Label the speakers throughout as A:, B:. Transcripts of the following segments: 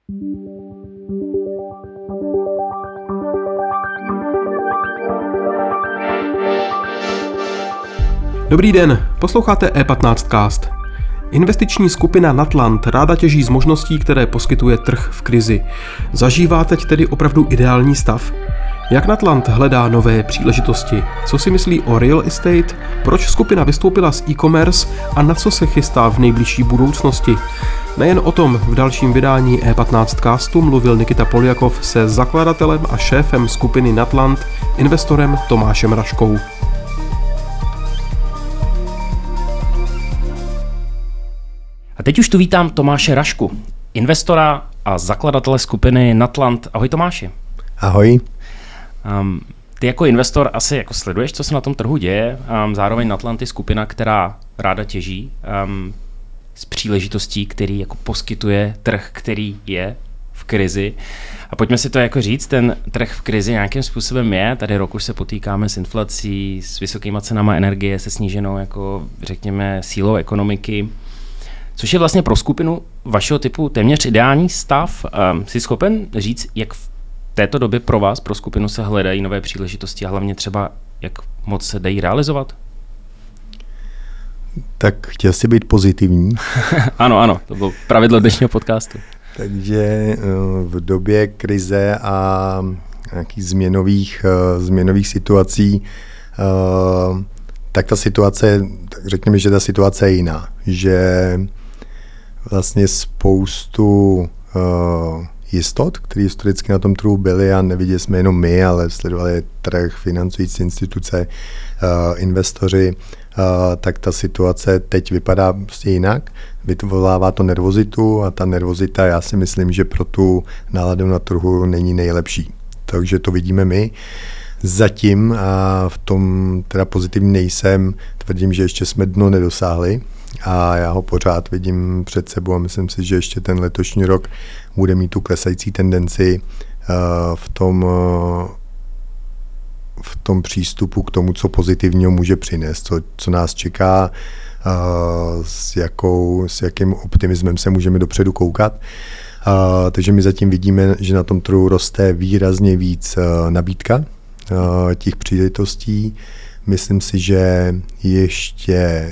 A: Dobrý den, posloucháte E15cast. Investiční skupina Natland ráda těží z možností, které poskytuje trh v krizi. Zažívá teď tedy opravdu ideální stav? Jak Natland hledá nové příležitosti? Co si myslí o real estate? Proč skupina vystoupila z e-commerce a na co se chystá v nejbližší budoucnosti? Nejen o tom v dalším vydání E15castu mluvil Nikita Poljakov se zakladatelem a šéfem skupiny Natland, investorem Tomášem Raškou.
B: A teď už tu vítám Tomáše Rašku, investora a zakladatele skupiny Natland. Ahoj Tomáši.
C: Ahoj.
B: Ty jako investor asi jako sleduješ, co se na tom trhu děje. Zároveň Natland je skupina, která ráda těží z příležitostí, který jako poskytuje trh, který je v krizi. A pojďme si to jako říct, ten trh v krizi nějakým způsobem je. Tady rok už se potýkáme s inflací, s vysokýma cenama energie, se sníženou jako řekněme sílou ekonomiky. Což je vlastně pro skupinu vašeho typu téměř ideální stav. Jsi schopen říct, jak v této době pro vás, pro skupinu se hledají nové příležitosti a hlavně třeba, jak moc se dají realizovat?
C: Tak chtěl jsi být pozitivní.
B: Ano, to bylo pravidlo dnešního podcastu.
C: Takže v době krize a nějakých změnových situací, tak ta situace, řekněme, že ta situace je jiná. Že vlastně spoustu jistot, které historicky na tom trhu byly a neviděli jsme jenom my, ale sledovali trh, financující instituce, investoři, tak ta situace teď vypadá prostě jinak. Vyvolává to nervozitu a ta nervozita, já si myslím, že pro tu náladu na trhu není nejlepší. Takže to vidíme my. Zatím a v tom teda pozitivní nejsem, tvrdím, že ještě jsme dno nedosáhli a já ho pořád vidím před sebou a myslím si, že ještě ten letošní rok bude mít tu klesající tendenci v tom přístupu k tomu, co pozitivního může přinést, co nás čeká, s jakým optimismem se můžeme dopředu koukat. Takže my zatím vidíme, že na tom trhu roste výrazně víc nabídka těch příležitostí. Myslím si, že ještě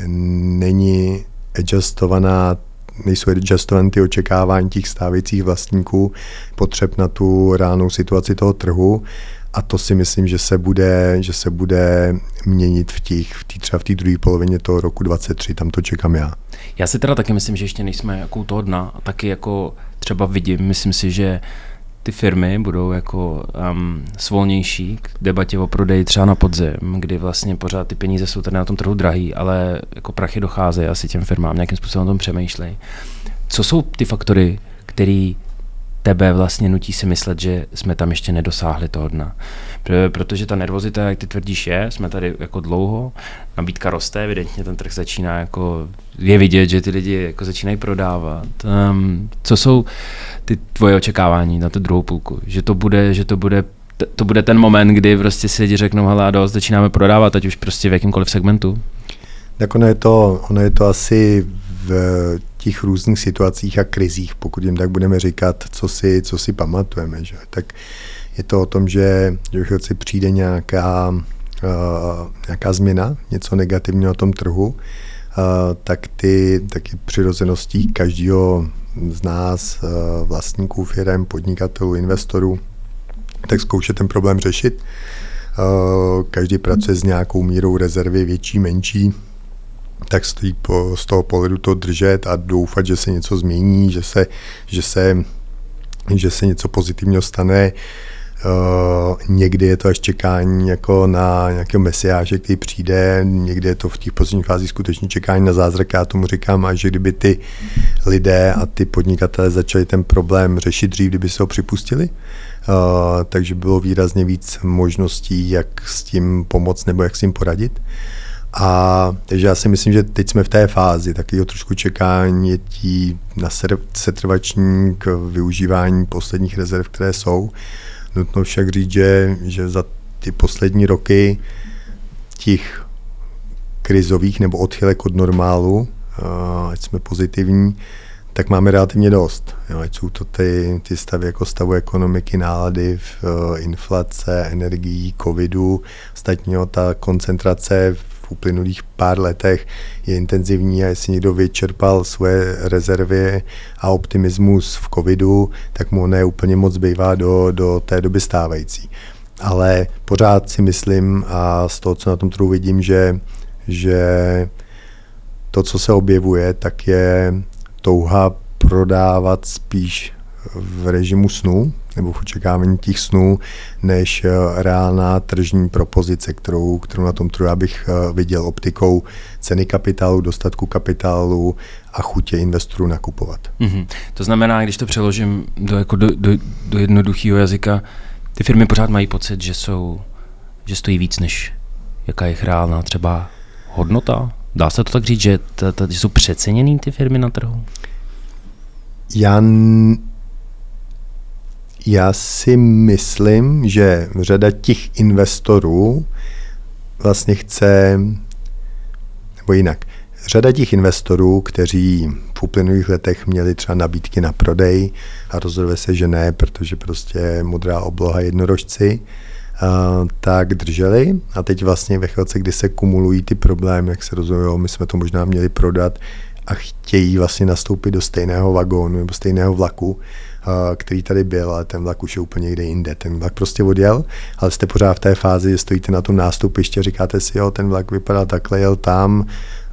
C: nejsou adjustované ty očekávání těch stávajících vlastníků potřeb na tu reálnou situaci toho trhu a to si myslím, že se bude měnit třeba v té druhé polovině toho roku 2023, tam to čekám já.
B: Já si teda taky myslím, že ještě nejsme jako u toho dna a taky jako třeba myslím si, že ty firmy budou jako svolnější k debatě o prodeji třeba na podzim, kdy vlastně pořád ty peníze jsou tady na tom trhu drahý, ale jako prachy docházejí asi těm firmám, nějakým způsobem o tom přemýšlej. Co jsou ty faktory, který tebe vlastně nutí si myslet, že jsme tam ještě nedosáhli toho dna? Protože ta nervozita, jak ty tvrdíš, jsme tady jako dlouho, nabídka roste, evidentně ten trh začíná jako, je vidět, že ty lidi jako začínají prodávat. Co jsou ty tvoje očekávání na tu druhou půlku? Že to bude ten moment, kdy prostě si lidi řeknou, hele a dost, začínáme prodávat, ať už prostě v jakýmkoliv segmentu?
C: Tak ono je to asi v těch různých situacích a krizích, pokud jim tak budeme říkat, co si pamatujeme. Že? Tak je to o tom, že si přijde nějaká změna, něco negativního na tom trhu, tak taky přirozeností každého z nás, vlastníků firem, podnikatelů, investorů, tak zkoušet ten problém řešit. Každý pracuje s nějakou mírou rezervy, větší, menší, tak stojí z toho pohledu to držet a doufat, že se něco změní, že se něco pozitivního stane. Někdy je to až čekání jako na nějakého mesiáše, který přijde, někdy je to v těch posledních fázích skutečně čekání na zázrak, já tomu říkám, a že kdyby ty lidé a ty podnikatelé začali ten problém řešit dřív, kdyby se ho připustili, takže bylo výrazně víc možností, jak s tím pomoct nebo jak s tím poradit. Takže já si myslím, že teď jsme v té fázi takového trošku čekání na setrvační k využívání posledních rezerv, které jsou. Nutno však říct, že za ty poslední roky těch krizových nebo odchylek od normálu, ať jsme pozitivní, tak máme relativně dost. Jo, ať jsou to ty stavy jako stavu ekonomiky, nálady, inflace, energií, covidu. Ostatního ta koncentrace v uplynulých pár letech je intenzivní a jestli někdo vyčerpal svoje rezervy a optimismus v covidu, tak mu neúplně moc zbývá do té doby stávající. Ale pořád si myslím a z toho, co na tom trhu vidím, že to, co se objevuje, tak je touha prodávat spíš v režimu snů nebo v očekávání těch snů, než reálná tržní propozice, kterou na tom trhu já bych viděl optikou ceny kapitálu, dostatku kapitálu a chutě investorů nakupovat.
B: Mm-hmm. To znamená, když to přeložím do jednoduchého jazyka, ty firmy pořád mají pocit, že stojí víc, než jaká je reálná třeba hodnota? Dá se to tak říct, že jsou přeceněný ty firmy na trhu?
C: Já si myslím, že řada těch investorů vlastně chce, nebo jinak, řada těch investorů, kteří v uplynulých letech měli třeba nabídky na prodej a rozhodli se, že ne, protože prostě modrá obloha jednorožci, tak drželi a teď vlastně ve chvíli, kdy se kumulují ty problémy, jak se rozhodují, my jsme to možná měli prodat a chtějí vlastně nastoupit do stejného vagónu nebo stejného vlaku, který tady byl, ale ten vlak už je úplně někde jinde. Ten vlak prostě odjel, ale jste pořád v té fázi, že stojíte na tom nástupišti a říkáte si, jo, ten vlak vypadá takhle, jel tam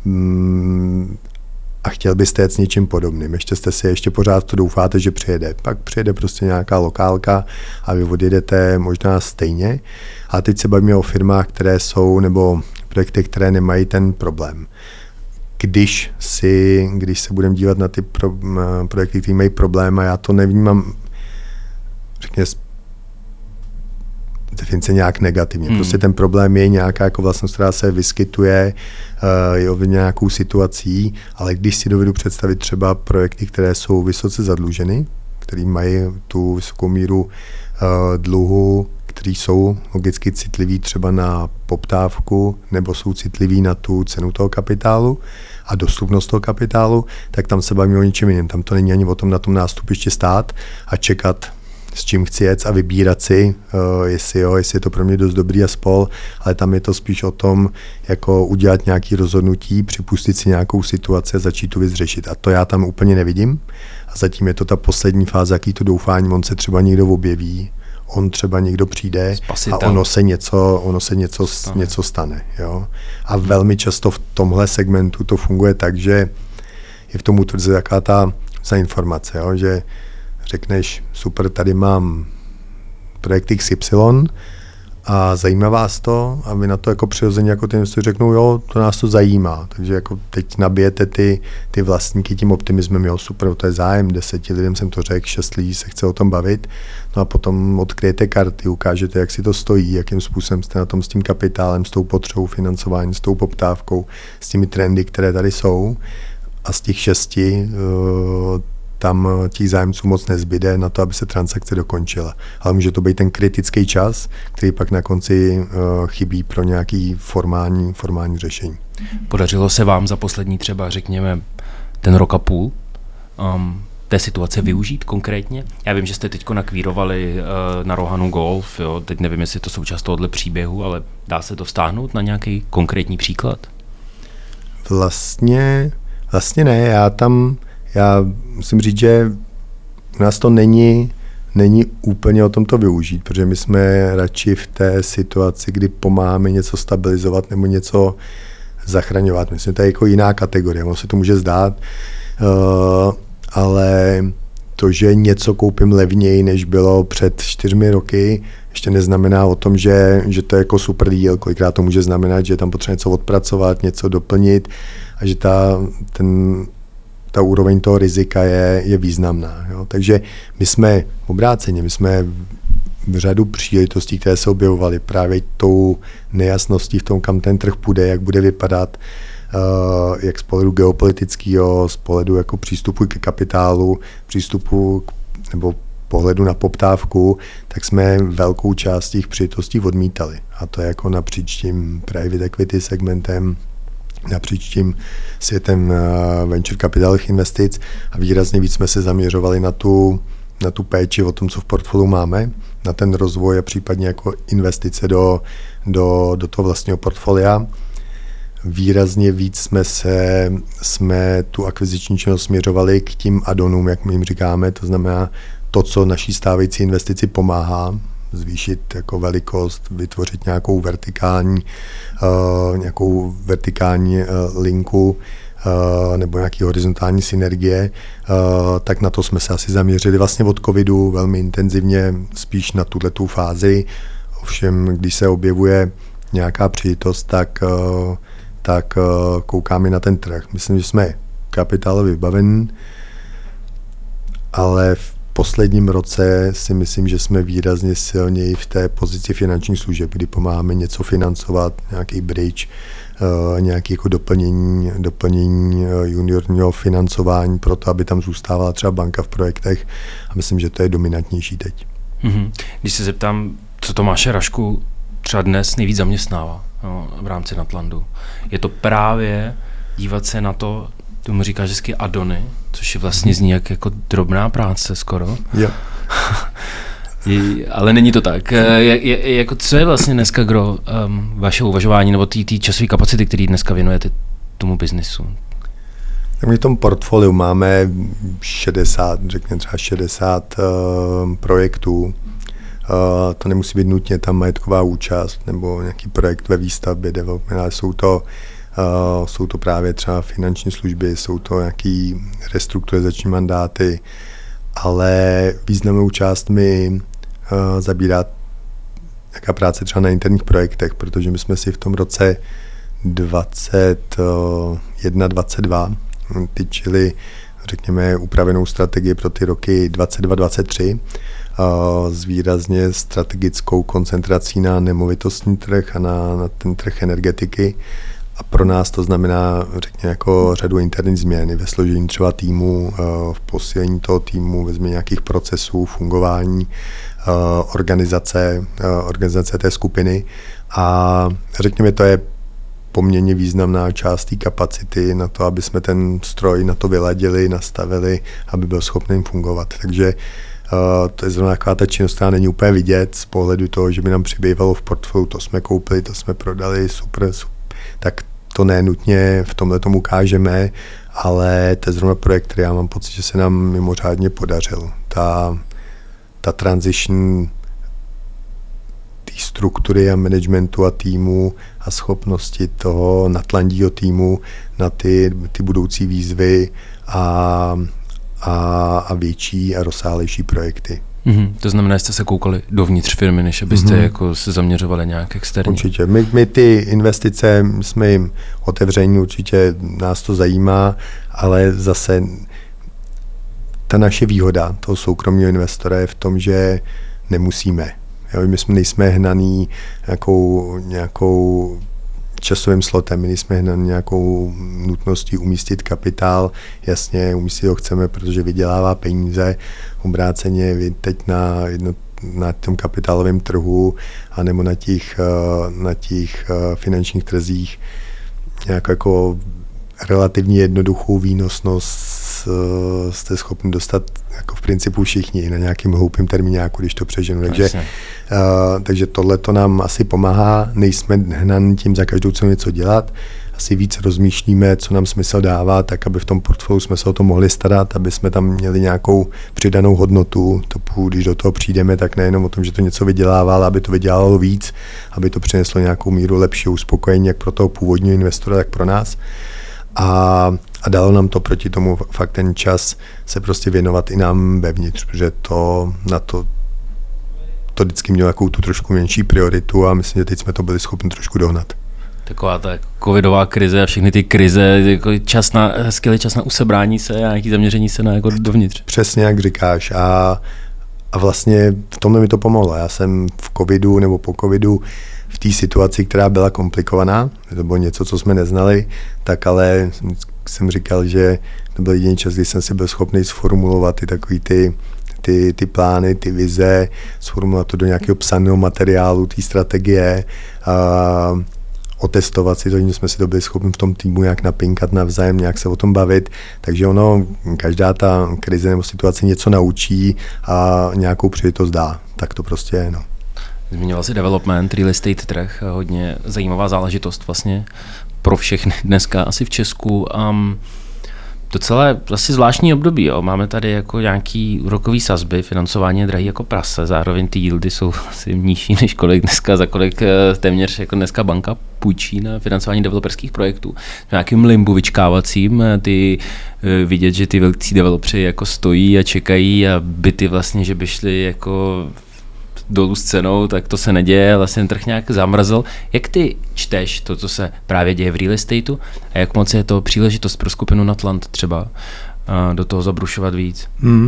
C: a chtěl byste jet s něčím podobným. Ještě pořád to doufáte, že přijede. Pak přijede prostě nějaká lokálka a vy odjedete možná stejně. A teď se bavíme o firmách, které jsou, nebo projekty, které nemají ten problém. Když se budeme dívat na ty projekty, které mají problém, a já to nevnímám, řekněme, definice nějak negativně. Prostě ten problém je nějaká jako vlastnost, která se vyskytuje, je ovlivněna nějakou situací, ale když si dovedu představit třeba projekty, které jsou vysoce zadluženy, které mají tu vysokou míru dluhu, kteří jsou logicky citliví třeba na poptávku nebo jsou citliví na tu cenu toho kapitálu a dostupnost toho kapitálu, tak tam se bavíme o něčem jiném. Tam to není ani o tom na tom nástupišti stát a čekat, s čím chci jet a vybírat si, jestli je to pro mě dost dobrý a spol, ale tam je to spíš o tom, jako udělat nějaké rozhodnutí, připustit si nějakou situaci a začít tu věc řešit. A to já tam úplně nevidím. A zatím je to ta poslední fáze, jaký to doufání, on se třeba někdo objeví, on třeba někdo přijde
B: Spasitel.
C: A ono se něco stane. Jo? A velmi často v tomhle segmentu to funguje tak, že je v tom útvrze jaká ta informace, jo? Že řekneš, super, tady mám projekt XY a zajímá vás to a vy na to jako přirozeně jako ty investoři řeknou, jo, to nás to zajímá. Takže jako teď nabijete ty vlastníky tím optimismem, jo, super, to je zájem, 10 lidem jsem to řekl, 6 lidí se chce o tom bavit, no a potom odkryjete karty, ukážete, jak si to stojí, jakým způsobem jste na tom s tím kapitálem, s tou potřebou financování, s tou poptávkou, s těmi trendy, které tady jsou a z těch 6 tam těch zájemců moc nezbyde na to, aby se transakce dokončila. Ale může to být ten kritický čas, který pak na konci chybí pro nějaký formální řešení.
B: Podařilo se vám za poslední třeba, řekněme, ten rok a půl té situace využít konkrétně? Já vím, že jste teď nakvírovali na Rohanu Golf, jo? Teď nevím, jestli to součást tohohle příběhu, ale dá se to vztáhnout na nějaký konkrétní příklad?
C: Vlastně ne, já musím říct, že u nás to není úplně o tom to využít, protože my jsme radši v té situaci, kdy pomáháme něco stabilizovat nebo něco zachraňovat. Myslím, to je jako jiná kategorie, ono se to může zdát, ale to, že něco koupím levněji, než bylo před 4 roky, ještě neznamená o tom, že to je jako super deal. Kolikrát to může znamenat, že je tam potřeba něco odpracovat, něco doplnit a že ta úroveň toho rizika je významná. Jo? Takže my jsme obráceně, my jsme v řadu příležitostí, které se objevovaly právě tou nejasností v tom, kam ten trh půjde, jak bude vypadat, jak z pohledu geopolitického, z pohledu jako přístupu ke kapitálu, nebo pohledu na poptávku, tak jsme velkou část těch příležitostí odmítali. A to je jako napříč tím private equity segmentem, napříč tím světem venture kapitálových investic a výrazně víc jsme se zaměřovali na tu péči o tom, co v portfoliu máme, na ten rozvoj a případně jako investice do toho vlastního portfolia. Výrazně víc jsme tu akviziční činnost směřovali k tím add-onům, jak my jim říkáme, to znamená to, co naší stávající investici pomáhá, zvýšit jako velikost, vytvořit nějakou vertikální linku nebo nějaký horizontální synergie, tak na to jsme se asi zaměřili vlastně od covidu velmi intenzivně, spíš na tuhletu fázi. Ovšem, když se objevuje nějaká příležitost, tak koukáme na ten trh. Myslím, že jsme kapitálově vybavení, ale v posledním roce si myslím, že jsme výrazně silněji v té pozici finančních služeb, kdy pomáháme něco financovat, nějaký bridge, nějaké jako doplnění juniorního financování pro to, aby tam zůstávala třeba banka v projektech a myslím, že to je dominantnější teď.
B: Když se zeptám, co Tomáše Rašku třeba dnes nejvíc zaměstnává v rámci Natlandu, je to právě dívat se na to, tomu říkáš vždycky addony, což je vlastně zní jako drobná práce skoro.
C: Jo.
B: Ale není to tak. Jako, co je vlastně dneska gro vaše uvažování nebo ty časové kapacity, které dneska věnujete tomu biznisu?
C: Tak my v tom portfoliu máme 60 projektů. To nemusí být nutně tam majetková účast nebo nějaký projekt ve výstavbě, ale jsou to právě třeba finanční služby, jsou to nějaký restrukturizační mandáty, ale významnou část mi zabírá nějaká práce třeba na interních projektech, protože my jsme si v tom roce 2021-2022 tyčili, řekněme, upravenou strategii pro ty roky 2022-2023 s výrazně strategickou koncentrací na nemovitostní trh a na ten trh energetiky. A pro nás to znamená, řekněme, jako řadu interních změn ve složení třeba týmu, v posílení toho týmu, ve změně nějakých procesů, fungování, organizace té skupiny. A řekněme, to je poměrně významná část té kapacity na to, aby jsme ten stroj na to vyladili, nastavili, aby byl schopný fungovat. Takže to je zrovna taková ta činnost, která není úplně vidět z pohledu toho, že by nám přibývalo v portfoliu, to jsme koupili, to jsme prodali, super. Tak to ne nutně v tomhle tomu ukážeme, ale to je zrovna projekt, který já mám pocit, že se nám mimořádně podařil. Ta transition té struktury a managementu a týmu a schopnosti toho natlandího týmu na ty budoucí výzvy a větší a rozsáhlejší projekty.
B: To znamená, že jste se koukali dovnitř firmy, než abyste jako se zaměřovali nějak externě.
C: Určitě. My ty investice jsme jim otevření, určitě nás to zajímá, ale zase ta naše výhoda toho soukromého investora je v tom, že nemusíme. My nejsme hnaný nějakou časovým slotem, my nejsme hnaný nějakou nutností umístit kapitál. Jasně, umístit ho chceme, protože vydělává peníze. Obráceně vy teď na tom kapitálovém trhu anebo na těch finančních trzích jako relativně jednoduchou výnosnost jste schopni dostat jako v principu všichni na nějakým hloupým termíňáku, když to přeženu. Takže tohle to nám asi pomáhá, nejsme hnaní tím za každou cenu něco dělat, asi víc rozmýšlíme, co nám smysl dává, tak aby v tom portfoliu jsme se o to mohli starat, aby jsme tam měli nějakou přidanou hodnotu. Když do toho přijdeme, tak nejenom o tom, že to něco vydělává, ale aby to vydělalo víc, aby to přineslo nějakou míru lepšího uspokojení, jak pro toho původního investora, tak pro nás. A dalo nám to proti tomu fakt ten čas se prostě věnovat i nám vevnitř, protože to vždycky mělo jakou tu trošku menší prioritu a myslím, že teď jsme to byli schopni trošku dohnat.
B: Taková ta covidová krize a všechny ty krize, jako skvělý čas na usebrání se a nějaký zaměření se na jako dovnitř.
C: Přesně jak říkáš a vlastně v tomhle mi to pomohlo. Já jsem v covidu nebo po covidu v té situaci, která byla komplikovaná, to bylo něco, co jsme neznali, tak ale jsem říkal, že to byl jediný čas, kdy jsem si byl schopný sformulovat i takový ty plány, ty vize, sformulovat to do nějakého psaného materiálu, té strategie, otestovat si to, že jsme si to byli schopni v tom týmu nějak napinkat navzájem, nějak se o tom bavit, takže ono, každá ta krize nebo situace něco naučí a nějakou příležitost dá, tak to prostě je, no.
B: Zmiňoval jsi development, real estate trh, hodně zajímavá záležitost vlastně pro všechny dneska, asi v Česku. Docela asi zvláštní období, jo. Máme tady jako nějaký úrokový sazby, financování je drahý jako prase, zároveň ty yieldy jsou asi nižší než kolik dneska, za kolik téměř jako dneska banka půjčí na financování developerských projektů. V nějakým limbu vyčkávacím, ty vidět, že ty velcí developři jako stojí a čekají a byty vlastně, že by šly jako dolů s cenou, tak to se neděje, vlastně trh nějak zamrzl. Jak ty čteš to, co se právě děje v real estateu a jak moc je to příležitost pro skupinu Natlant třeba do toho zabrušovat víc?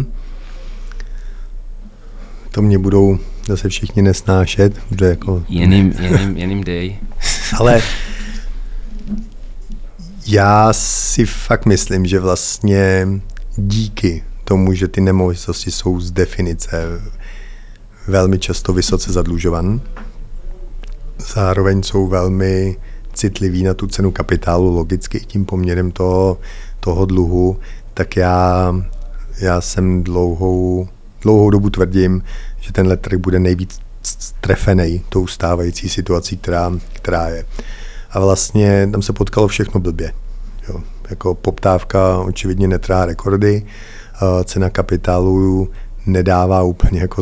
C: To mě budou zase všichni nesnášet, protože jako...
B: Jiným dej.
C: Ale já si fakt myslím, že vlastně díky tomu, že ty nemovitosti jsou z definice velmi často vysoce zadlužovaný. Zároveň jsou velmi citliví na tu cenu kapitálu, logicky tím poměrem toho dluhu, tak já jsem dlouhou dobu tvrdím, že tenhle trh bude nejvíc trefenej tou stávající situací, která je. A vlastně tam se potkalo všechno blbě. Jo. Jako poptávka očividně netrhá rekordy, cena kapitálu nedává úplně jako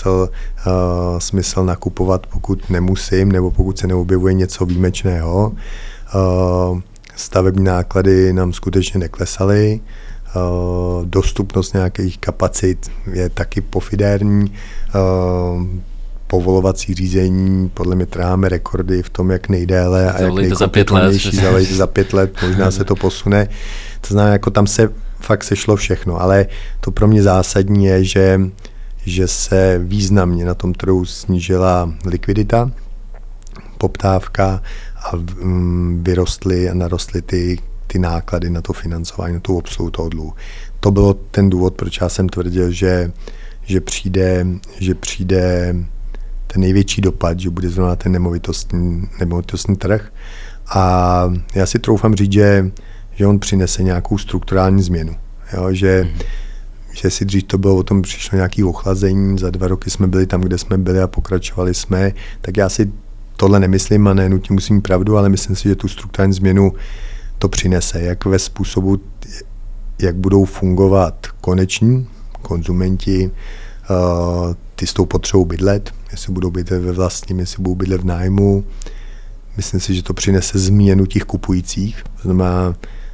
C: smysl nakupovat, pokud nemusím, nebo pokud se neobjevuje něco výjimečného. Stavební náklady nám skutečně neklesaly. Dostupnost nějakých kapacit je taky pofidérní. Povolovací řízení, podle mě trháme rekordy v tom, jak nejdéle a jak nejkomplikovanější, zalejte za 5 let, možná se to posune. To znamená, jako tam se fakt sešlo všechno, ale to pro mě zásadní je, že se významně na tom trhu snížila likvidita, poptávka a vyrostly a narostly ty náklady na to financování, na tu obsluhu toho dluhu. To bylo ten důvod, proč já jsem tvrdil, že přijde ten největší dopad, že bude zrovna ten nemovitostní trh. A já si troufám říct, že on přinese nějakou strukturální změnu. Jo? Že si dřív to bylo, o tom přišlo nějaké ochlazení, za 2 roky jsme byli tam, kde jsme byli a pokračovali jsme, tak já si tohle nemyslím a nenutně musím pravdu, ale myslím si, že tu strukturální změnu to přinese, jak ve způsobu, jak budou fungovat koneční konzumenti, ty s tou potřebou bydlet, jestli budou bydlet ve vlastním, jestli budou bydlet v nájmu. Myslím si, že to přinese změnu těch kupujících. Znamená,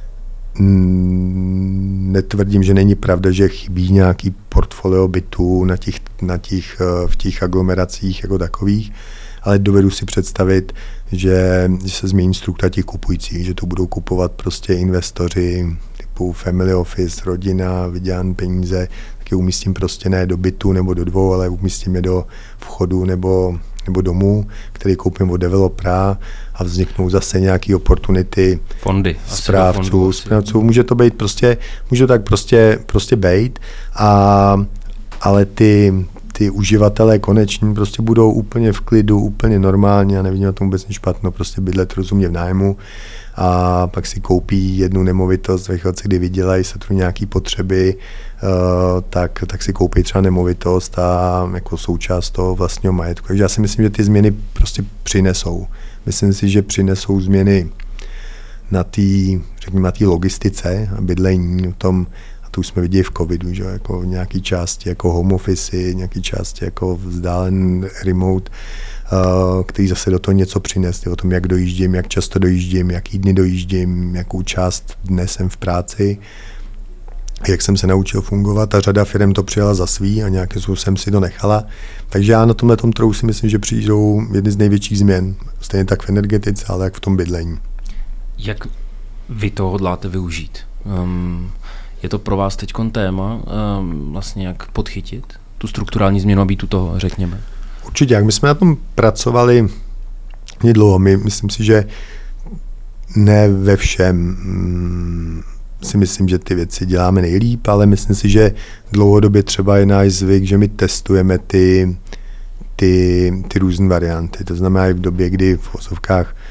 C: netvrdím, že není pravda, že chybí nějaký portfolio bytů v těch aglomeracích jako takových, ale dovedu si představit, že se změní struktura těch kupujících, že to budou kupovat prostě investoři typu family office, rodina, vydělané peníze, tak je umístím prostě ne do bytu nebo do 2, ale umístím je do vchodu nebo domů, který koupím od developera a vzniknou zase nějaké oportunity
B: fondy,
C: správců. Může to být může to tak prostě být, ale ty uživatelé koneční prostě budou úplně v klidu, úplně normálně a nevidím na tom vůbec nic špatno, prostě bydlet rozumně v nájmu a pak si koupí jednu nemovitost ve chvíli, kdy vydělají se tu nějaký potřeby, tak si koupí třeba nemovitost a jako součást toho vlastního majetku. Takže já si myslím, že ty změny prostě přinesou. Myslím si, že přinesou změny na té logistice a bydlení, o tom, a to už jsme viděli v covidu, že jako v nějaké části jako home office, nějaké části jako vzdálen remote, který zase do toho něco přinesli, o tom, jak dojíždím, jak často dojíždím, jaký dny dojíždím, jakou část dne jsem v práci, jak jsem se naučil fungovat a řada firm to přijala za svý a nějakým způsobem si to nechala. Takže já na tomhle trhu si myslím, že přijdou jedny z největších změn, stejně tak v energetice, ale jak v tom bydlení.
B: Jak vy to hodláte využít? Je to pro vás teď téma, vlastně jak podchytit tu strukturální změnu a být u toho, řekněme?
C: Určitě, jak my jsme na tom pracovali dlouho, myslím si, že ne ve všem si myslím, že ty věci děláme nejlíp, ale myslím si, že dlouhodobě třeba je náš zvyk, že my testujeme ty různé varianty. To znamená i v době, kdy v vozovkách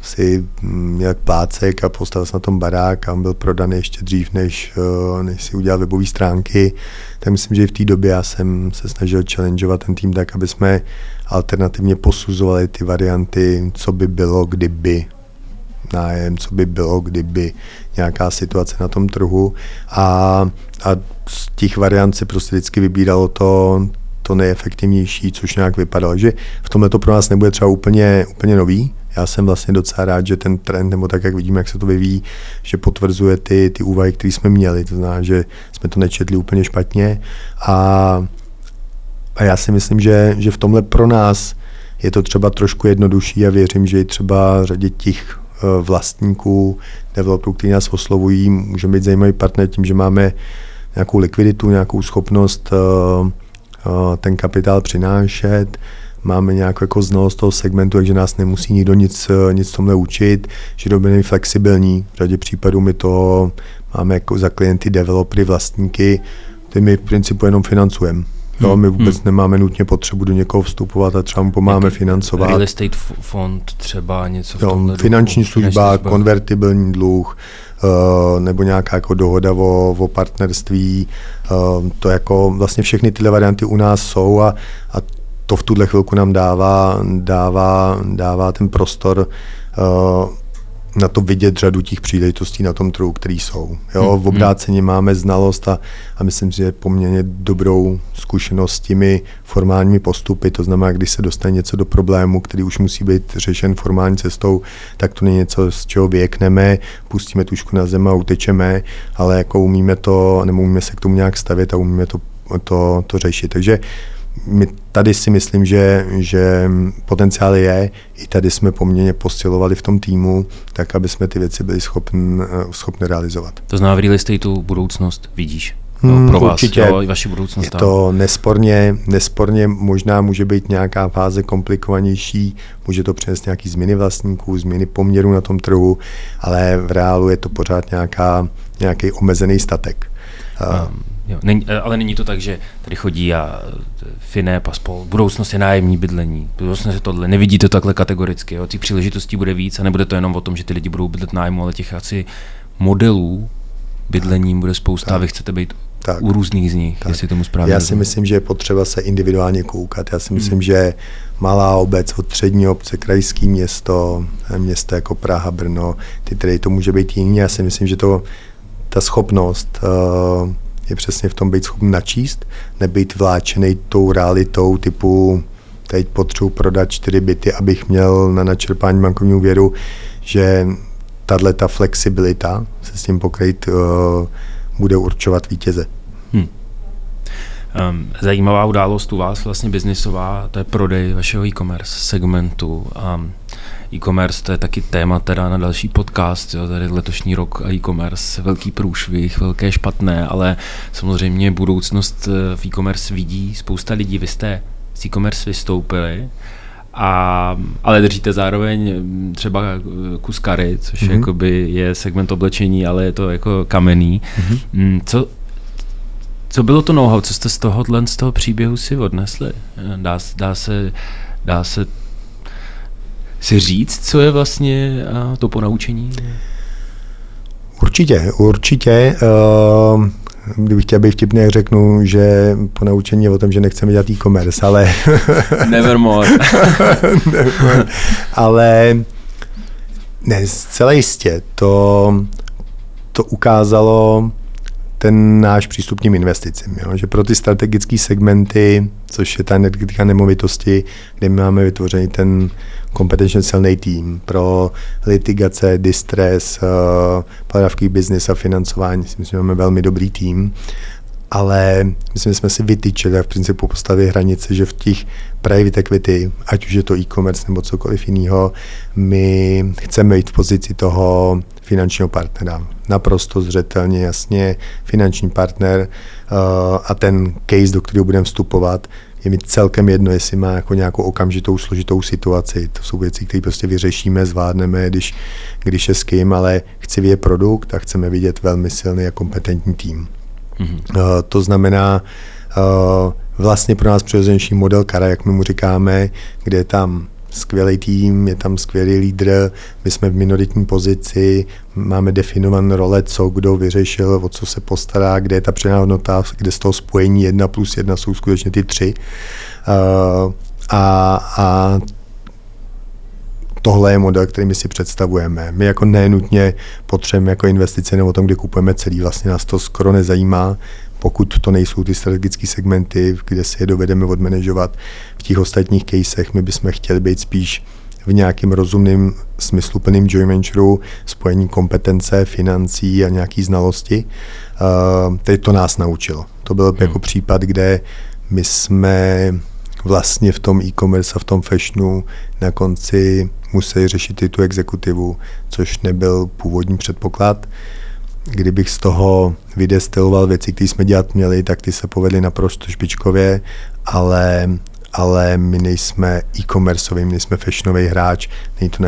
C: si měl plácek a postavil na tom barák a on byl prodaný ještě dřív, než si udělal webové stránky. Tak myslím, že i v té době já jsem se snažil challengeovat ten tým tak, aby jsme alternativně posuzovali ty varianty, co by bylo, kdyby nájem, co by bylo, kdyby nějaká situace na tom trhu a z těch variant se prostě vždycky vybíralo to nejefektivnější, což nějak vypadalo. že v tomhle to pro nás nebude třeba úplně nový. Já jsem vlastně docela rád, že ten trend, nebo tak, jak vidíme, jak se to vyvíjí, že potvrzuje ty úvahy, které jsme měli. To znamená, že jsme to nečetli úplně špatně a já si myslím, že v tomhle pro nás je to třeba trošku jednodušší a věřím, že i třeba řadě těch vlastníků, developerů, kteří nás oslovují, může být zajímavý partner tím, že máme nějakou likviditu, nějakou schopnost ten kapitál přinášet, máme nějakou jako znalost toho segmentu, takže nás nemusí nikdo nic tomhle učit, že to bude flexibilní. V řadě případů my to máme jako za klienty, developery, vlastníky, ty my v principu jenom financujeme. Jo, my vůbec nemáme nutně potřebu do někoho vstupovat a třeba mu pomáháme financovat.
B: Real estate fond třeba něco v tomhle
C: finanční služba, konvertibilní dluh, nebo nějaká jako dohoda o partnerství. To jako vlastně všechny tyhle varianty u nás jsou a to v tuhle chvilku nám dává ten prostor na to vidět řadu těch příležitostí na tom trhu, který jsou. Jo, v obráceně máme znalost a myslím si, že poměrně dobrou zkušenost s těmi formálními postupy. To znamená, když se dostane něco do problému, který už musí být řešen formální cestou, tak to není něco, z čeho vyjekneme, pustíme tušku na zem a utečeme, ale jako umíme to, nebo umíme se k tomu nějak stavět a umíme to řešit. Takže my tady si myslím, že potenciál je, i tady jsme poměrně posilovali v tom týmu, tak aby jsme ty věci byli schopni realizovat.
B: To znamená, v real estateu budoucnost vidíš? Pro vás,
C: určitě.
B: Jo, vaši budoucnost.
C: Je to nesporně, možná může být nějaká fáze komplikovanější, může to přinést nějaký změny vlastníků, změny poměrů na tom trhu, ale v reálu je to pořád nějaký omezený statek.
B: Jo, ale není to tak, že tady chodí a Finép a spol. Budoucnost je nájemní bydlení. Budoucnost je tohle. Nevidí to takhle kategoricky. Těch příležitostí bude víc a nebude to jenom o tom, že ty lidi budou bydlet nájmu, ale těch asi modelů bydlení bude spousta a vy chcete být u různých z nich, jestli tomu správně.
C: Já si myslím, že je potřeba se individuálně koukat. Já si myslím, že malá obec, od střední obce, krajské město jako Praha, Brno, tady to může být jiný. Já si myslím, že ta schopnost je přesně v tom být schopný načíst, nebýt vláčený tou realitou typu teď potřebuji prodat 4 byty, abych měl na načerpání bankovního úvěru, že tato flexibilita se s tím pokryt bude určovat vítěze.
B: Zajímavá událost u vás, vlastně biznisová, to je prodej vašeho e-commerce segmentu. E-commerce to je taky téma teda na další podcast, jo, tady letošní rok a e-commerce, velký průšvih, velké špatné, ale samozřejmě budoucnost v e-commerce vidí spousta lidí, vy jste z e-commerce vystoupili, ale držíte zároveň třeba kus kary, což jakoby je segment oblečení, ale je to jako kamenný. Co bylo to know-how, co jste z toho příběhu si odnesli? Dá se si říct, co je vlastně to ponaučení?
C: Určitě. Kdybych chtěl být vtipný, jak řeknu, že ponaučení je o tom, že nechceme dělat e-commerce, ale...
B: Nevermore.
C: Ale ne, zcela jistě. To ukázalo ten náš přístup k tím investicím. Jo? Že pro ty strategické segmenty, což je ta energetika nemovitosti, kde my máme vytvořený ten kompetenčně silný tým pro litigace, distress, pohledávkový business a financování. Myslím, že máme velmi dobrý tým, ale myslím, že jsme si vytyčili a v principu postavili hranice, že v těch private equity, ať už je to e-commerce nebo cokoliv jiného, my chceme být v pozici toho finančního partnera. Naprosto zřetelně, jasně, finanční partner a ten case, do kterého budeme vstupovat, je mi celkem jedno, jestli má jako nějakou okamžitou složitou situaci. To jsou věci, které prostě vyřešíme, zvládneme, když je s kým, ale chci vidět produkt a chceme vidět velmi silný a kompetentní tým. To znamená vlastně pro nás přirozenější model kara, jak my mu říkáme, kde je tam skvělý tým, je tam skvělý lídr, my jsme v minoritní pozici, máme definované role, co kdo vyřešil, o co se postará, kde je ta přidaná hodnota, kde z toho spojení 1+1 jsou skutečně ty 3. A tohle je model, který my si představujeme. My jako nenutně potřebujeme jako investice nebo o tom, kde kupujeme celý, vlastně nás to skoro nezajímá, pokud to nejsou ty strategické segmenty, kde si je dovedeme odmanažovat. V těch ostatních casech my bychom chtěli být spíš v nějakým rozumným, smysluplným joint ventureu, spojení kompetence, financí a nějaký znalosti. Teď to nás naučilo. To byl jako případ, kde my jsme vlastně v tom e-commerce a v tom fashionu na konci museli řešit i tu exekutivu, což nebyl původní předpoklad. Kdybych z toho vydestiloval věci, které jsme dělat měli, tak ty se povedly naprosto špičkově, ale my nejsme e-commerceový, my nejsme fashionový hráč, není to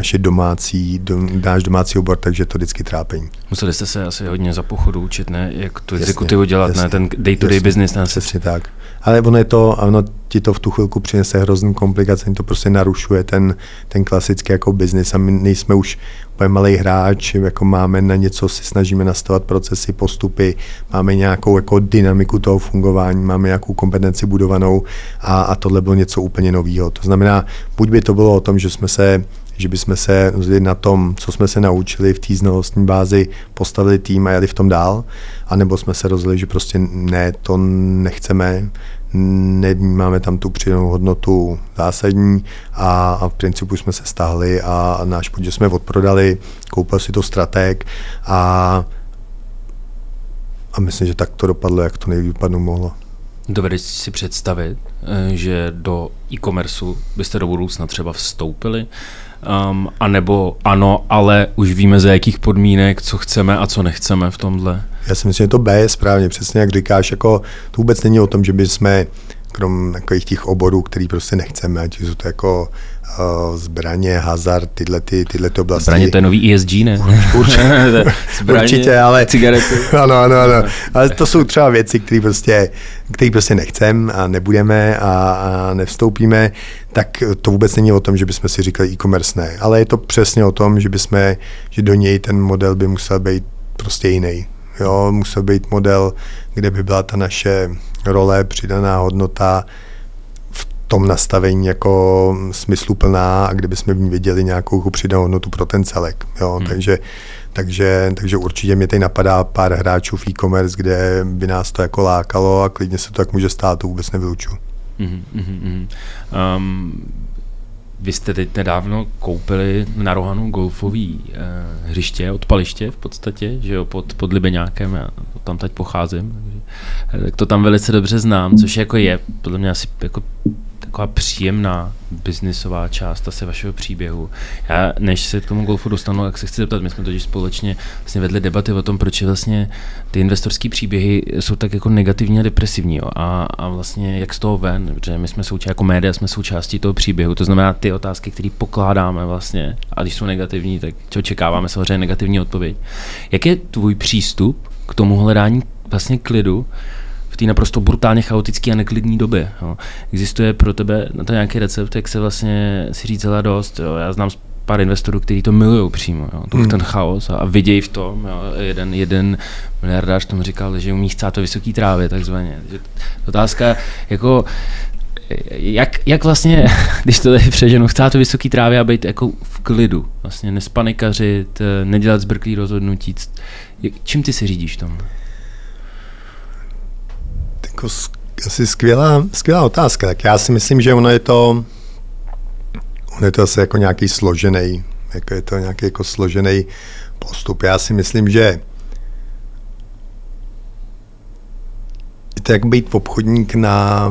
C: náš domácí obor, takže to vždycky trápení.
B: Museli jste se asi hodně za pochodu učit, ne? Jak tu exekutivu dělat, jasně, ne? Ten day-to-day business.
C: Přesně tak. Ale ono ti to v tu chvilku přinese hrozný komplikace, to prostě narušuje ten klasický jako business a my nejsme už úplně malý hráč, jako máme na něco, si snažíme nastavovat procesy, postupy, máme nějakou jako dynamiku toho fungování, máme nějakou kompetenci budovanou a tohle bylo něco úplně nového. To znamená, buď by to bylo o tom, že bychom se na tom, co jsme se naučili v té znalostní bázi, postavili tým a jeli v tom dál, anebo jsme se rozhodli, že prostě ne, to nechceme, nevnímáme tam tu přidanou hodnotu zásadní a v principu jsme se stáhli a náš podíl jsme odprodali, koupil si to strateg a myslím, že tak to dopadlo, jak to nejvíc dopadnout mohlo.
B: Dovedeš si představit, že do e-commerceu byste do budoucna třeba vstoupili? A nebo ano, ale už víme, za jakých podmínek, co chceme a co nechceme v tomhle?
C: Já si myslím, že to B je správně, přesně jak říkáš, jako to vůbec není o tom, že bychom krom takových těch oborů, který prostě nechceme, ať jsou to jako zbraně, hazard, tyhle oblasti.
B: Zbraně, to je nový ESG, ne?
C: Určitě, ale
B: cigarety.
C: Ano. Ale to jsou třeba věci, které prostě nechceme a nebudeme a nevstoupíme, tak to vůbec není o tom, že bychom si říkali e-commerce ne, ale je to přesně o tom, že do něj ten model by musel být prostě jiný. Jo, musel být model, kde by byla ta naše role, přidaná hodnota v tom nastavení jako smysluplná a kde bychom v ní viděli nějakou přidanou hodnotu pro ten celek. Jo, takže určitě mě tady napadá pár hráčů v e-commerce, kde by nás to jako lákalo a klidně se to tak může stát, to vůbec nevylučuju.
B: Vy jste teď nedávno koupili na Rohanu golfový hřiště, odpaliště v podstatě, že jo, pod Libeňákem, já tam teď pocházím, tak to tam velice dobře znám, což jako je podle mě asi jako taková příjemná biznisová část asi vašeho příběhu. Já, než se k tomu golfu dostanu, jak se chci zeptat, my jsme totiž společně vlastně vedli debaty o tom, proč vlastně ty investorský příběhy jsou tak jako negativní a depresivní. Jo? A vlastně jak z toho ven, protože my jsme jako média jsme součástí toho příběhu, to znamená ty otázky, které pokládáme vlastně, a když jsou negativní, tak očekáváme samozřejmě negativní odpověď. Jak je tvůj přístup k tomu hledání vlastně klidu v té naprosto brutálně chaotické a neklidní době? Jo. Existuje pro tebe na to nějaký recept, jak se vlastně si říct celá dost? Jo. Já znám pár investorů, kteří to milujou přímo, jo. Ten chaos a vidějí v tom. Jo. Jeden miliardář tomu říkal, že umí chcát to vysoký trávě, takzvaně. Otázka, jako jak vlastně, když to tady přeženu, chcát to vysoký trávě a být jako v klidu, vlastně nespanikařit, nedělat zbrklý rozhodnutí. Čím ty se řídíš v tom?
C: Jako asi skvělá otázka. Tak já si myslím, že ono je to asi jako nějaký složený, jako je to nějaký jako složený postup. Já si myslím, že je to jak být obchodník na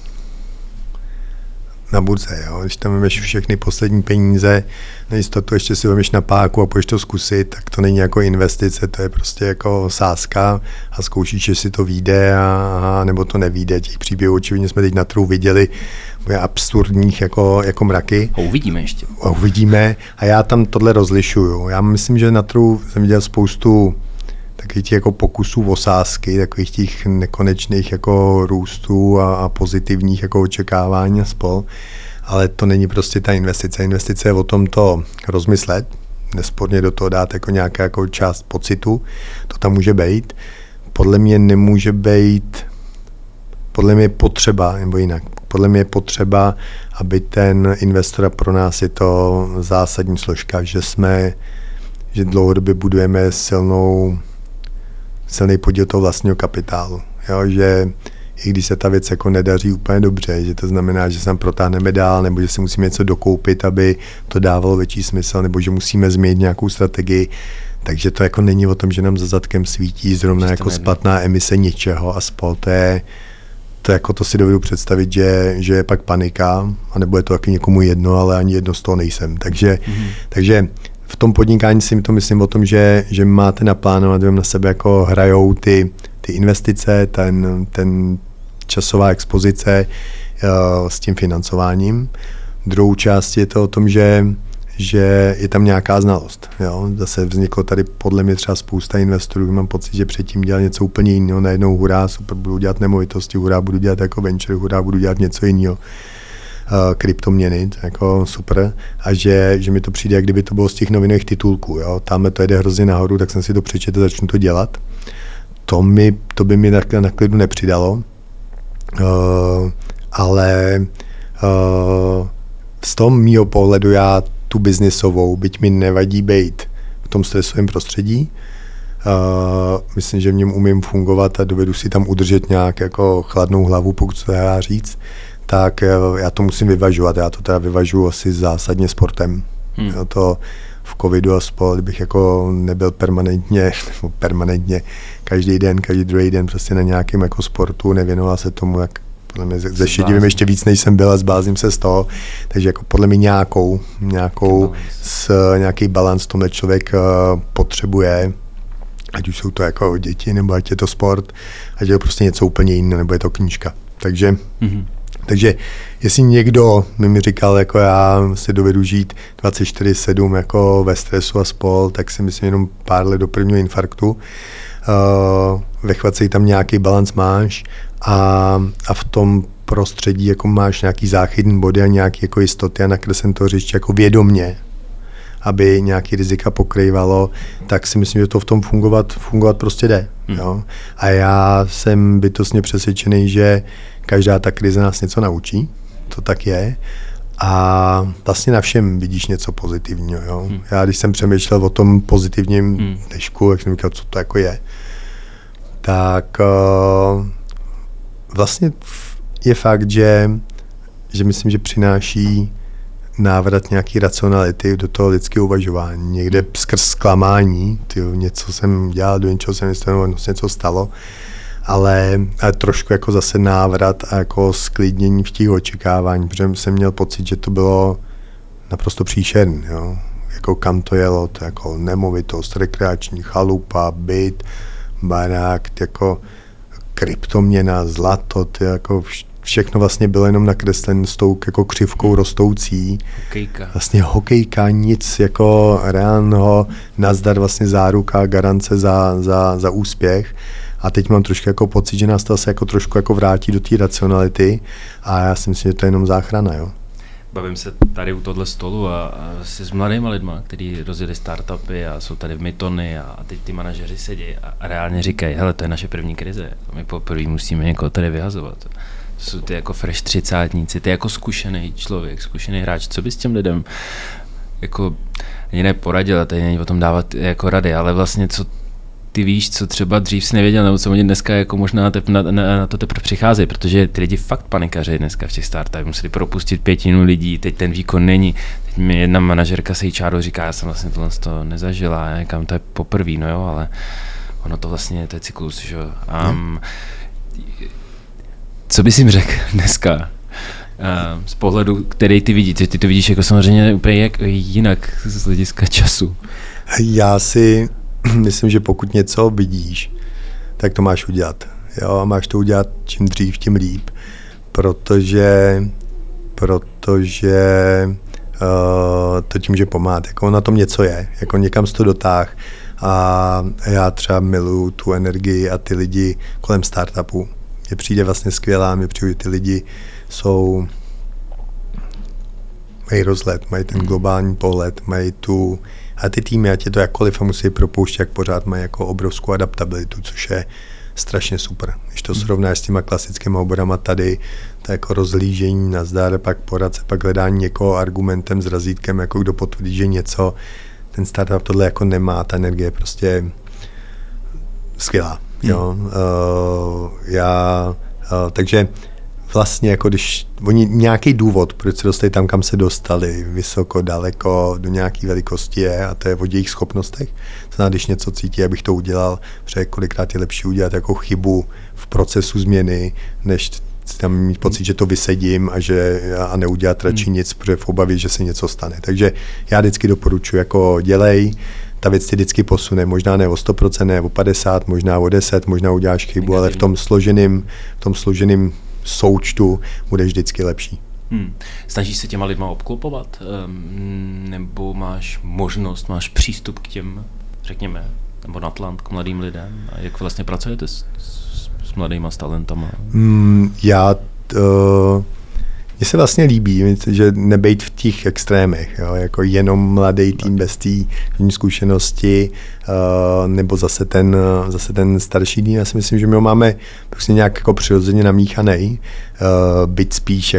C: burze, jo? Když tam vemeš všechny poslední peníze, na jistotu ještě si vemeš na páku a půjdeš to zkusit, tak to není jako investice, to je prostě jako sázka a zkoušíš, jestli to vyjde a nebo to nevyjde. Těch příběhů očividně jsme teď na trhu viděli, bude absurdních jako mraky.
B: A uvidíme ještě.
C: A uvidíme a já tam tohle rozlišuju. Já myslím, že na trhu jsem viděl spoustu takových těch jako pokusů o sázky, takových těch nekonečných jako růstů a pozitivních jako očekávání a spol. ale to není prostě ta investice. Investice je o tom to rozmyslet, nesporně do toho dát jako nějaká jako část pocitu, to tam může být. Podle mě nemůže být, podle mě je potřeba, nebo jinak, podle mě je potřeba, aby ten investor, pro nás je to zásadní složka, že dlouhodobě budujeme silný podíl toho vlastního kapitálu. Jo, že i když se ta věc jako nedaří úplně dobře, že to znamená, že se tam protáhneme dál, nebo že si musíme něco dokoupit, aby to dávalo větší smysl, nebo že musíme změnit nějakou strategii. Takže to jako není o tom, že nám za zadkem svítí zrovna jako splatná emise něčeho a spol. To jako to si dovedu představit, že je pak panika, anebo je to taky někomu jedno, ale ani jedno z toho nejsem. Takže v tom podnikání si to myslím o tom, že máte naplánovat, na sebe jako hrajou ty investice, ten časová expozice s tím financováním. Druhou část je to o tom, že je tam nějaká znalost. Jo? Zase vzniklo tady podle mě třeba spousta investorů, mám pocit, že předtím dělal něco úplně jiného, najednou hurá, super, budu dělat nemovitosti, hurá, budu dělat jako venture, hurá, budu dělat něco jiného. Kryptoměny, jako super, a že mi to přijde, jak kdyby to bylo z těch novinových titulků. Jo? Tamhle to jede hrozně nahoru, tak jsem si to přečetl, začnu to dělat. To by mi na klidu nepřidalo, ale z toho mýho pohledu já tu biznisovou, byť mi nevadí být v tom stresovém prostředí, myslím, že v něm umím fungovat a dovedu si tam udržet nějak jako chladnou hlavu, pokud se dá říct, tak já to musím vyvažovat. Já to teda vyvažuji asi zásadně sportem. To v covidu a spolu, kdybych jako nebyl permanentně každý den, každý druhý den prostě na nějakém jako sportu, nevěnoval se tomu, jak podle mě zešedivím ještě víc, než jsem byl a zblázním se z toho. Takže jako podle mě nějaký balans tomhle člověk potřebuje, ať už jsou to jako děti, nebo ať je to sport, ať je to prostě něco úplně jiného, nebo je to knížka. Takže jestli někdo mi říkal, jako já si dovedu žít 24/7 jako ve stresu a spol, tak si myslím jenom pár let do prvního infarktu. Ve chvatce tam nějaký balans máš a v tom prostředí jako máš nějaký záchytný body a nějaký jako jistoty a nakreslen to říct jako vědomně, aby nějaký rizika pokrývalo, tak si myslím, že to v tom fungovat prostě jde. Jo? A já jsem bytostně přesvědčený, že každá ta krize nás něco naučí, to tak je. A vlastně na všem vidíš něco pozitivního. Jo? Já když jsem přemýšlel o tom pozitivním dnešku, jak jsem říkal, co to jako je, tak vlastně je fakt, že myslím, že přináší návrat nějaký racionality do toho lidského uvažování. Někde skrz zklamání, něco jsem dělal, do něčeho jsem myslel, něco stalo, ale trošku jako zase návrat a jako sklidnění v těch očekávání, protože jsem měl pocit, že to bylo naprosto příšerné. Jo? Jako kam to jelo, to jako nemovitost, rekreační chalupa, byt, barák, jako kryptoměna, zlato, to jako všechno vlastně bylo jenom nakreslen s tou jako křivkou rostoucí.
B: Hokejka.
C: Vlastně hokejka, nic jako reálného, nazdar vlastně záruka, garance za úspěch. A teď mám trošku jako pocit, že nás to se jako trošku jako vrátí do té racionality a já si myslím, že to je jenom záchrana, jo.
B: Bavím se tady u tohle stolu a s mladýma lidma, kteří rozjeli startupy a jsou tady v Mytony a teď ty manažeři sedí a reálně říkají, hele, to je naše první krize, my poprvé musíme někoho tady vyhazovat. To jsou ty jako fresh třicátníci, ty jako zkušený člověk, zkušený hráč, co bys těm lidem jako ani neporadil, a tady není o tom dávat jako rady, ale vlastně co ty víš, co třeba dřív jsi nevěděl, nebo co oni dneska jako možná na to teprve přicházejí, protože ty lidi fakt panikaří dneska v těch startupech, museli propustit 5 lidí, teď ten výkon není. Teď mi jedna manažerka se HR říká, já jsem vlastně tohle to nezažila, já říkám, to je poprvé, no jo, ale ono to vlastně, to je cyklus, že jo. Co bys jim řekl dneska? Z pohledu, který ty vidíš, ty to vidíš jako samozřejmě úplně jinak z hlediska času. Já si myslím, že pokud něco vidíš, tak to máš udělat. Jo? A máš to udělat čím dřív, tím líp. Protože to tím, že pomáhat. Jako na tom něco je. Jako někam jsi to dotáh. A já třeba miluju tu energii a ty lidi kolem startupu. Mně přijde vlastně skvělá, mně přijde, ty lidi jsou
C: mají rozhled, mají ten globální pohled, mají tu, a ty týmy, ať je to jakkoliv a musí propouštět, jak pořád mají jako obrovskou adaptabilitu, což je strašně super. Když to srovnáš s těma klasickými oborama tady, to jako rozhlížení, nazdar, pak poradce, pak hledání někoho argumentem s razítkem, jako kdo potvrdí, že něco, ten startup tohle jako nemá, ta energie je prostě skvělá. Jo? Takže vlastně jako když oni nějaký důvod, proč se dostali tam, kam se dostali, vysoko, daleko, do nějaké velikosti je, a to je o jejich schopnostech. To znamená, když něco cítí, abych to udělal, protože kolikrát je lepší udělat jako chybu v procesu změny, než tam mít pocit, že to vysedím a neudělat radši nic, protože v obavě, že se něco stane. Takže já vždycky doporučuji, jako dělej, ta věc ti vždycky posune, možná ne o 100%, ne o 50%, možná o 10%, možná uděláš chybu, ale v tom složeném součtu budeš vždycky lepší.
B: Snažíš se těma lidma obklopovat? Nebo máš možnost, máš přístup k těm, řekněme, nebo na Natlant, k mladým lidem? A jak vlastně pracujete s mladýma, s talentama?
C: Mně se vlastně líbí, že nebejt v těch extrémech, jo, jako jenom mladý tým bez té zkušenosti, nebo zase ten starší tým. Já si myslím, že my ho máme prostě nějak jako přirozeně namíchanej, byť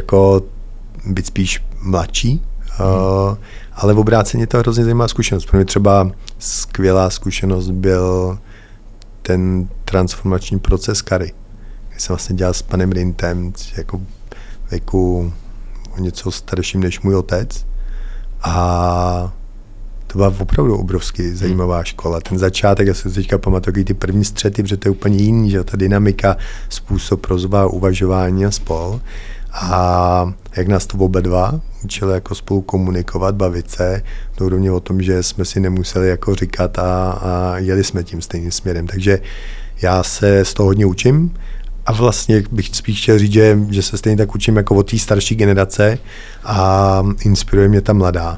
C: spíš mladší, ale v obráceně to hrozně zajímavá zkušenost. Pro mě třeba skvělá zkušenost byl ten transformační proces Kary, který jsem vlastně dělal s panem Rintem, jako věku něco starším než můj otec, a to byla opravdu obrovsky zajímavá škola. Ten začátek, já se teďka pamatuju, ty první střety, protože to je úplně jiný, že ta dynamika, způsob rozvoje, uvažování a spol. A jak nás to oba dva učili jako spolu komunikovat, bavit se, to úrovně o tom, že jsme si nemuseli jako říkat a jeli jsme tím stejným směrem. Takže já se z toho hodně učím. A vlastně bych spíš chtěl říct, že se stejně tak učím jako od té starší generace a inspiruje mě ta mladá,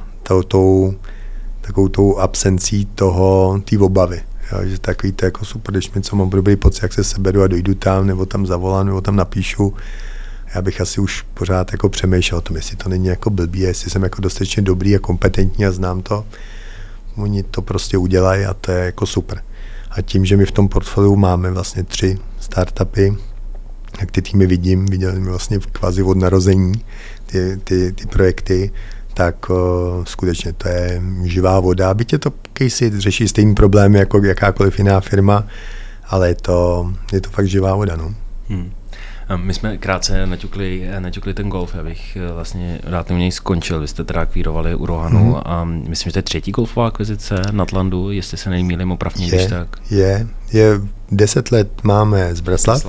C: takovou tou absencí té obavy. Jo, že takový to jako super, když mi co mám dobrý pocit, jak se seberu a dojdu tam, nebo tam zavolám, nebo tam napíšu. Já bych asi už pořád jako přemýšlel o tom, jestli to není jako blbý, jestli jsem jako dostatečně dobrý a kompetentní a znám to. Oni to prostě udělají a to je jako super. A tím, že my v tom portfoliu máme vlastně 3 startupy, jak ty týmy viděli jsme vlastně kvazi od narození ty projekty, tak skutečně to je živá voda. Byť je to casey, řeší stejný problém jako jakákoliv jiná firma, ale je to fakt živá voda. No.
B: My jsme krátce naťukli ten golf, abych vlastně rád u něj skončil. Vy jste teda akvírovali u Rohanu a myslím, že to je 3. golfová akvizice Natlandu, jestli se nemýlím, opravně, když tak.
C: Je 10 let máme z Breslav.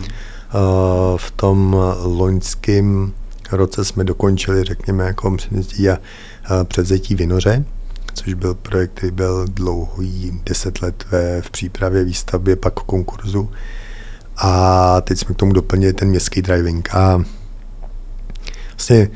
C: V tom loňském roce jsme dokončili, řekněme, jako převzetí Vinoře, což byl projekt, který byl dlouhý 10 let v přípravě, výstavbě, pak konkurzu. A teď jsme k tomu doplnili ten městský driving. A vlastně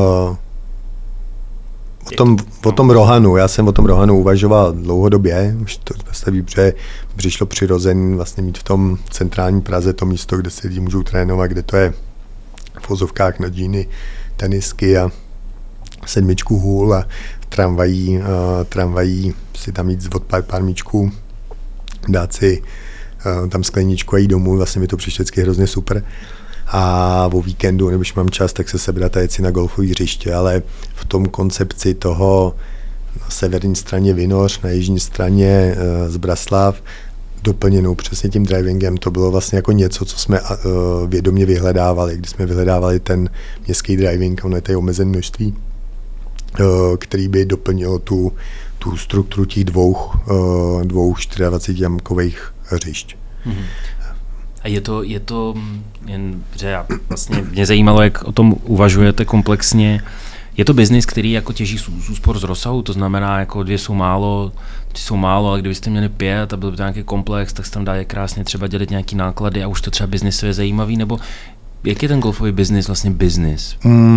C: o tom Rohanu, já jsem o tom Rohanu uvažoval dlouhodobě, už to staví, protože přišlo přirozený vlastně mít v tom centrální Praze to místo, kde se lidi můžou trénovat, kde to je v vozovkách na džíny, tenisky a 7 hůl a tramvají si tam jít od pár míčků, dát si tam skleničku a jít domů, vlastně mi to přišlo vždycky hrozně super. A o víkendu, nebo když mám čas, tak se sebrat a jet si na golfové hřiště, ale v tom koncepci toho na severní straně Vinoř, na jižní straně Zbraslav, doplněnou přesně tím drivingem, to bylo vlastně jako něco, co jsme vědomě vyhledávali, když jsme vyhledávali ten městský driving, ono je tady omezené množství, který by doplnil tu strukturu těch dvou 24-jamkových hřišť.
B: A je to jen, že já vlastně mě zajímalo, jak o tom uvažujete komplexně. Je to biznis, který jako těží z úspor z rozsahu, to znamená, jako 2 jsou málo, 3 jsou málo, ale kdybyste měli 5 a byl by to nějaký komplex, tak se tam dá krásně třeba dělit nějaký náklady a už to třeba biznisově zajímavý, nebo jak je ten golfový biznis vlastně biznis?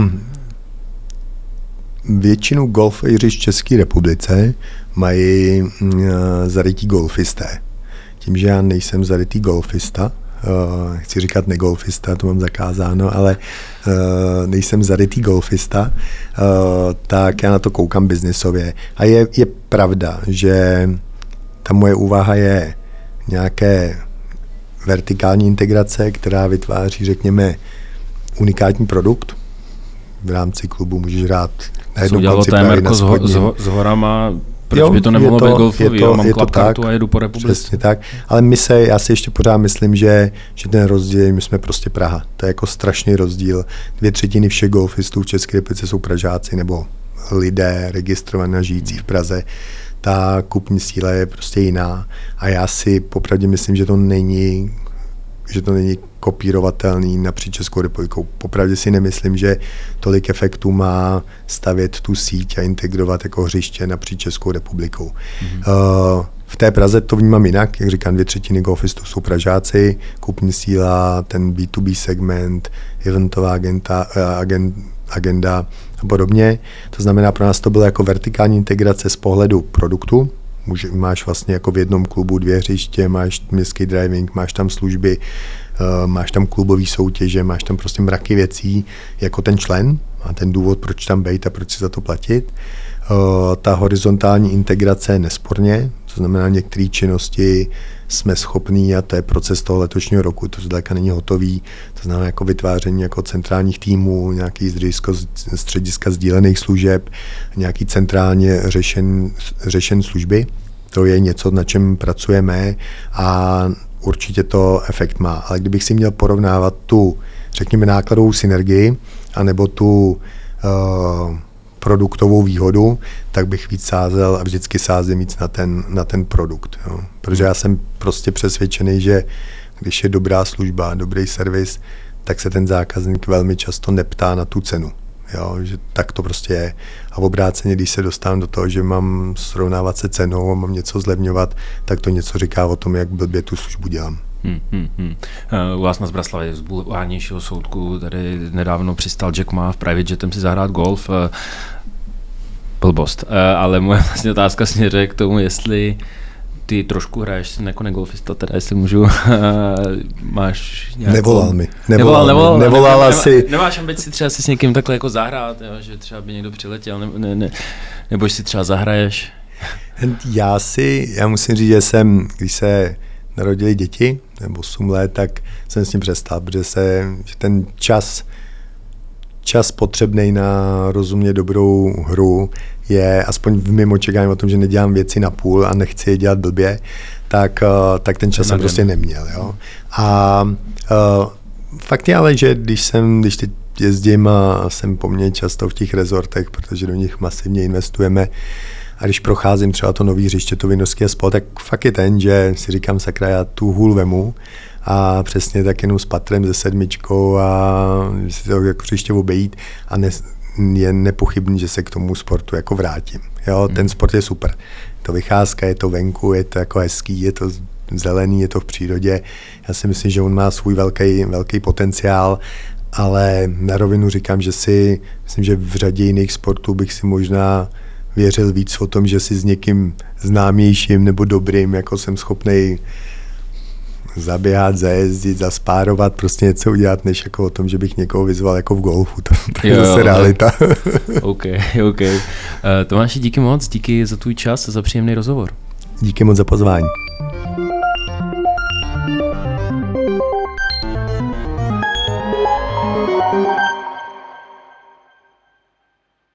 C: Většinu golfových hřišť v České republice mají zarytí golfisté. Tím, že já nejsem zarytý golfista, chci říkat negolfista, to mám zakázáno, ale nejsem zarytý golfista, tak já na to koukám biznisově. A je pravda, že ta moje úvaha je nějaké vertikální integrace, která vytváří, řekněme, unikátní produkt. V rámci klubu můžeš hrát na jednom konci právě na spodním.
B: S horama, proč by to nemohlo být golfový? Mám klapkartu a jedu po republice.
C: Přesně tak, ale já si ještě pořád myslím, že ten rozdíl, my jsme prostě Praha. To je jako strašný rozdíl. 2/3 všech golfistů v České republice jsou Pražáci nebo lidé registrovaní a žijící v Praze. Ta kupní síla je prostě jiná a já si popravdě myslím, že to není kopírovatelný napříč Českou republikou. Popravdě si nemyslím, že tolik efektů má stavět tu síť a integrovat jako hřiště napříč Českou republikou. V té Praze to vnímám jinak, jak říkám, 2/3 golfistů jsou Pražáci, kupní síla, ten B2B segment, eventová agenda a podobně. To znamená, pro nás to bylo jako vertikální integrace z pohledu produktu. Máš vlastně jako v jednom klubu 2 hřiště, máš městský driving, máš tam služby, máš tam klubový soutěže, máš tam prostě mraky věcí jako ten člen a ten důvod, proč tam bejt a proč si za to platit. Ta horizontální integrace je nesporně, to znamená, některé činnosti jsme schopní a to je proces toho letošního roku, to zdaleka není hotový, to znamená jako vytváření jako centrálních týmů, nějaký střediska sdílených služeb, nějaký centrálně řešen služby. To je něco, na čem pracujeme a určitě to efekt má. Ale kdybych si měl porovnávat tu, řekněme, nákladovou synergii anebo tu produktovou výhodu, tak bych víc sázel a vždycky sázím víc na ten produkt. Jo. Protože já jsem prostě přesvědčený, že když je dobrá služba, dobrý servis, tak se ten zákazník velmi často neptá na tu cenu. Jo, že tak to prostě je. A v obráceně, když se dostávám do toho, že mám srovnávat se cenou a mám něco zlevňovat, tak to něco říká o tom, jak blbě tu službu dělám.
B: U vás na Zbraslavě z bulvárnějšího soudku tady nedávno přistál Jack Ma v private jetem si zahrát golf. Blbost. Ale moje vlastně otázka směřuje k tomu, jestli ty trošku hraješ jako negolfista, teda jestli můžu, máš nějakou... Nevolal asi. Nemáš ambici třeba si s někým takhle jako zahrát, jo? Že třeba by někdo přiletěl, nebo si třeba zahraješ?
C: Já musím říct, že když se narodili děti, nebo 8 let, tak jsem s tím přestal, protože že ten čas potřebný na rozumně dobrou hru je, aspoň v mém očekávání o tom, že nedělám věci na půl a nechci je dělat blbě, tak ten čas jsem prostě neměl. Jo. A fakt je ale, že když teď jezdím a jsem poměrně často v těch rezortech, protože do nich masivně investujeme, a když procházím třeba to nový hřiště, to Vinořský spol, tak fakt je ten, že si říkám, sakra, já tu hůl vemu a přesně tak jenom s patrem, se 7 a si to jako hřiště obejít a je nepochybný, že se k tomu sportu jako vrátím. Jo, ten sport je super. To vycházka, je to venku, je to jako hezký, je to zelený, je to v přírodě. Já si myslím, že on má svůj velký potenciál, ale na rovinu říkám, že myslím, že v řadě jiných sportů bych si možná věřil víc o tom, že si s někým známějším nebo dobrým, jako jsem schopnej zaběhat, zajezdit, zaspárovat, prostě něco udělat, než jako o tom, že bych někoho vyzval jako v golfu. To je zase realita.
B: OK. Tomáši, díky moc, díky za tvůj čas a za příjemný rozhovor.
C: Díky moc za pozvání.